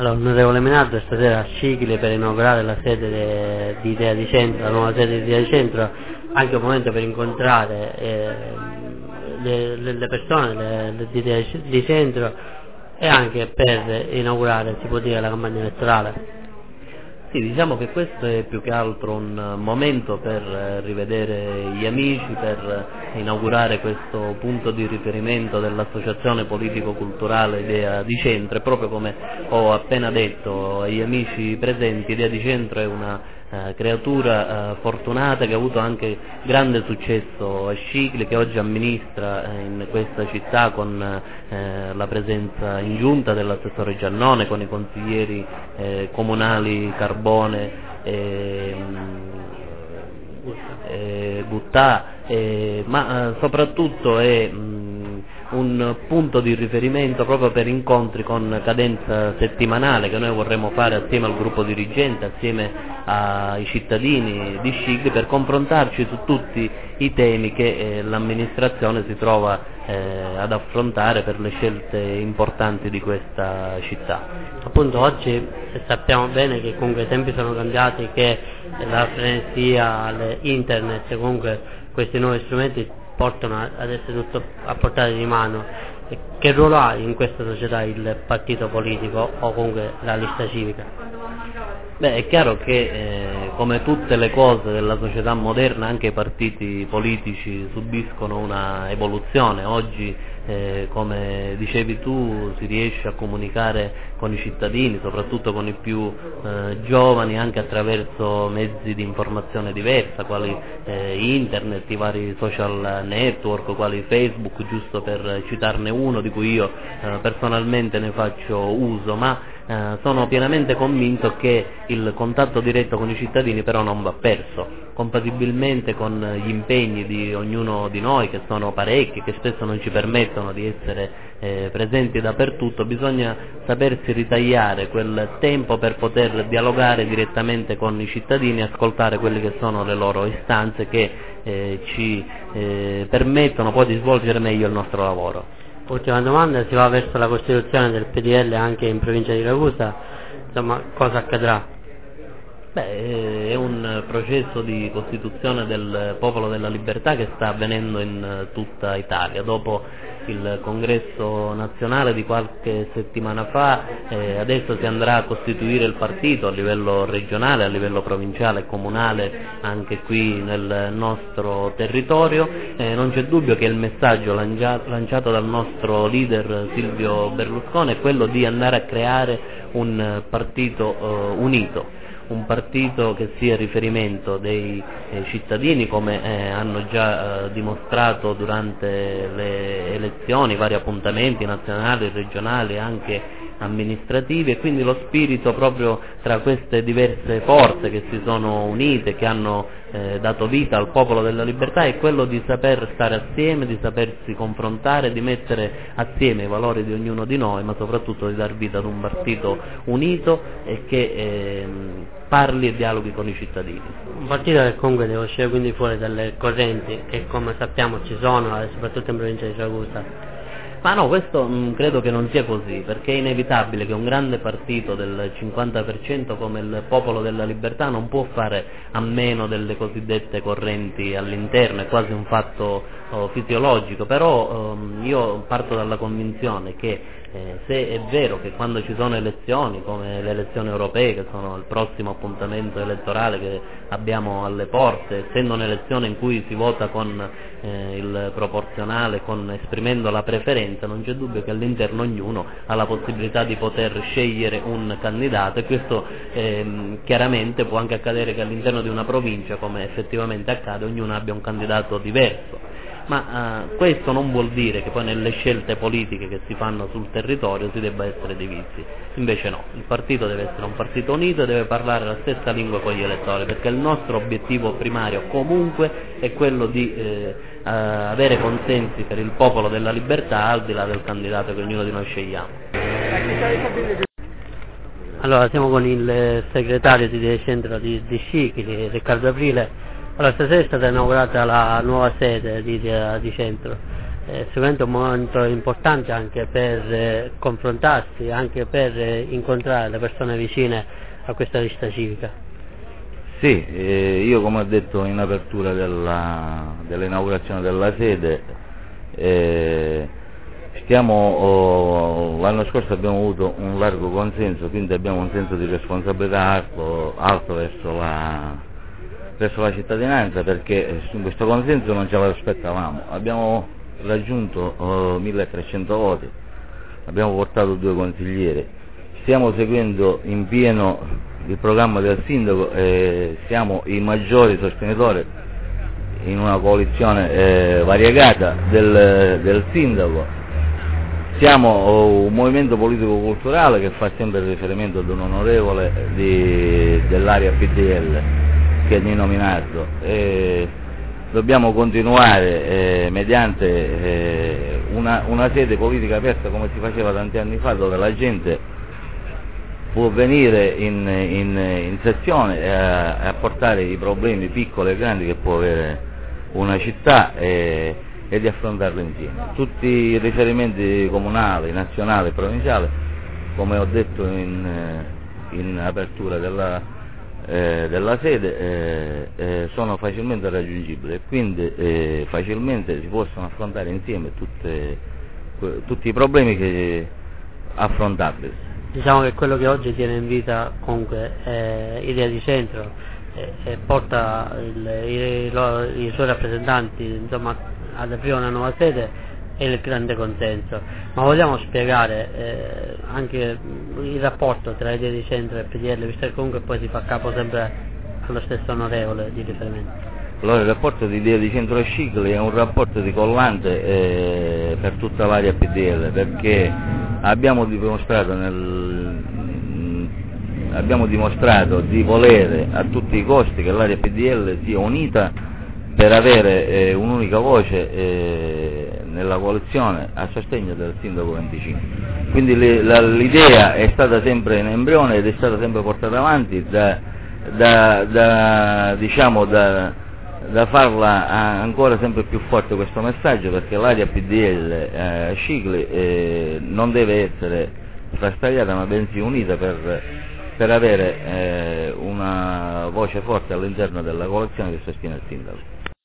Allora, onorevole Menardo, stasera a Scicli per inaugurare la sede di Idea di Centro, la nuova sede di Idea di Centro, anche un momento per incontrare le persone di Idea di Centro e anche per inaugurare, si può dire, la campagna elettorale. Sì, diciamo che questo è più che altro un momento per rivedere gli amici, per inaugurare questo punto di riferimento dell'associazione politico-culturale Idea di Centro, e proprio come ho appena detto agli amici presenti, Idea di Centro è una creatura fortunata che ha avuto anche grande successo a Scicli, che oggi amministra in questa città con la presenza in giunta dell'assessore Giannone, con i consiglieri comunali Carbone e Guttà, ma soprattutto è un punto di riferimento proprio per incontri con cadenza settimanale che noi vorremmo fare assieme al gruppo dirigente, assieme ai cittadini di Scicli, per confrontarci su tutti i temi che l'amministrazione si trova ad affrontare per le scelte importanti di questa città. Appunto oggi sappiamo bene che comunque i tempi sono cambiati, che la frenesia, internet, comunque questi nuovi strumenti portano ad essere tutto a portata di mano. Che ruolo ha in questa società il partito politico o comunque la lista civica? Beh, è chiaro che come tutte le cose della società moderna anche i partiti politici subiscono una evoluzione. Oggi come dicevi tu, si riesce a comunicare con i cittadini, soprattutto con i più giovani, anche attraverso mezzi di informazione diversa, quali internet, i vari social network, quali Facebook, giusto per citarne uno di cui io personalmente ne faccio uso, ma sono pienamente convinto che il contatto diretto con i cittadini però non va perso. Compatibilmente con gli impegni di ognuno di noi, che sono parecchi, che spesso non ci permettono di essere presenti dappertutto, bisogna sapersi ritagliare quel tempo per poter dialogare direttamente con i cittadini e ascoltare quelle che sono le loro istanze, che ci permettono poi di svolgere meglio il nostro lavoro. Ultima domanda, si va verso la costituzione del PDL anche in provincia di Ragusa, insomma cosa accadrà? Beh, è un processo di costituzione del Popolo della Libertà che sta avvenendo in tutta Italia. Dopo il congresso nazionale di qualche settimana fa, adesso si andrà a costituire il partito a livello regionale, a livello provinciale e comunale anche qui nel nostro territorio. Non c'è dubbio che il messaggio lanciato dal nostro leader Silvio Berlusconi è quello di andare a creare un partito unito, un partito che sia riferimento dei cittadini, come hanno già dimostrato durante le elezioni, vari appuntamenti nazionali, regionali e anche amministrativi, e quindi lo spirito proprio tra queste diverse forze che si sono unite, che hanno dato vita al Popolo della Libertà, è quello di saper stare assieme, di sapersi confrontare, di mettere assieme i valori di ognuno di noi, ma soprattutto di dar vita ad un partito unito e che parli e dialoghi con i cittadini. Un partito che comunque deve uscire quindi fuori dalle correnti che, come sappiamo, ci sono, soprattutto in provincia di Ragusa. Ma no, questo credo che non sia così, perché è inevitabile che un grande partito del 50% come il Popolo della Libertà non può fare a meno delle cosiddette correnti all'interno, è quasi un fatto fisiologico, però io parto dalla convinzione che se è vero che quando ci sono elezioni come le elezioni europee, che sono il prossimo appuntamento elettorale che abbiamo alle porte, essendo un'elezione in cui si vota con il proporzionale, esprimendo la preferenza, non c'è dubbio che all'interno ognuno ha la possibilità di poter scegliere un candidato, e questo chiaramente può anche accadere che all'interno di una provincia, come effettivamente accade, ognuno abbia un candidato diverso. Ma questo non vuol dire che poi nelle scelte politiche che si fanno sul territorio si debba essere divisi, invece no, il partito deve essere un partito unito e deve parlare la stessa lingua con gli elettori, perché il nostro obiettivo primario comunque è quello di avere consensi per il Popolo della Libertà, al di là del candidato che ognuno di noi scegliamo. Allora siamo con il segretario di Centro di Scicli, Riccardo Aprile. Allora, stasera è stata inaugurata la nuova sede di Centro. sicuramente un momento importante anche per confrontarsi, anche per incontrare le persone vicine a questa lista civica. Sì, io come ho detto in apertura dell'inaugurazione della sede, l'anno scorso abbiamo avuto un largo consenso, quindi abbiamo un senso di responsabilità alto verso la cittadinanza, perché su questo consenso non ce l'aspettavamo. Abbiamo raggiunto 1300 voti, abbiamo portato 2 consiglieri, stiamo seguendo in pieno il programma del sindaco e siamo i maggiori sostenitori in una coalizione variegata del sindaco. Siamo un movimento politico-culturale che fa sempre riferimento ad un onorevole dell'area PDL, che è Nino Minardo, e dobbiamo continuare mediante una sede politica aperta come si faceva tanti anni fa, dove la gente può venire in sezione a portare i problemi piccoli e grandi che può avere una città e di affrontarlo insieme. Tutti i riferimenti comunali, nazionali e provinciali, come ho detto in apertura della sede, sono facilmente raggiungibili e quindi facilmente si possono affrontare insieme tutti i problemi affrontabili. Diciamo che quello che oggi tiene in vita comunque Idea di Centro e porta i suoi rappresentanti, insomma, ad aprire una nuova sede è il grande consenso. Ma vogliamo spiegare anche il rapporto tra Idea di Centro e PDL, visto che comunque poi si fa capo sempre allo stesso onorevole di riferimento? Allora, il rapporto di Idea di Centro e Scicli è un rapporto di collante per tutta l'area PDL, perché abbiamo dimostrato di volere a tutti i costi che l'area PDL sia unita per avere un'unica voce nella coalizione a sostegno del sindaco 25. Quindi l'idea è stata sempre in embrione ed è stata sempre portata avanti da farla ancora sempre più forte questo messaggio, perché l'area PDL Scicli non deve essere frastagliata, ma bensì unita per avere una voce forte all'interno della coalizione che sostiene il sindaco.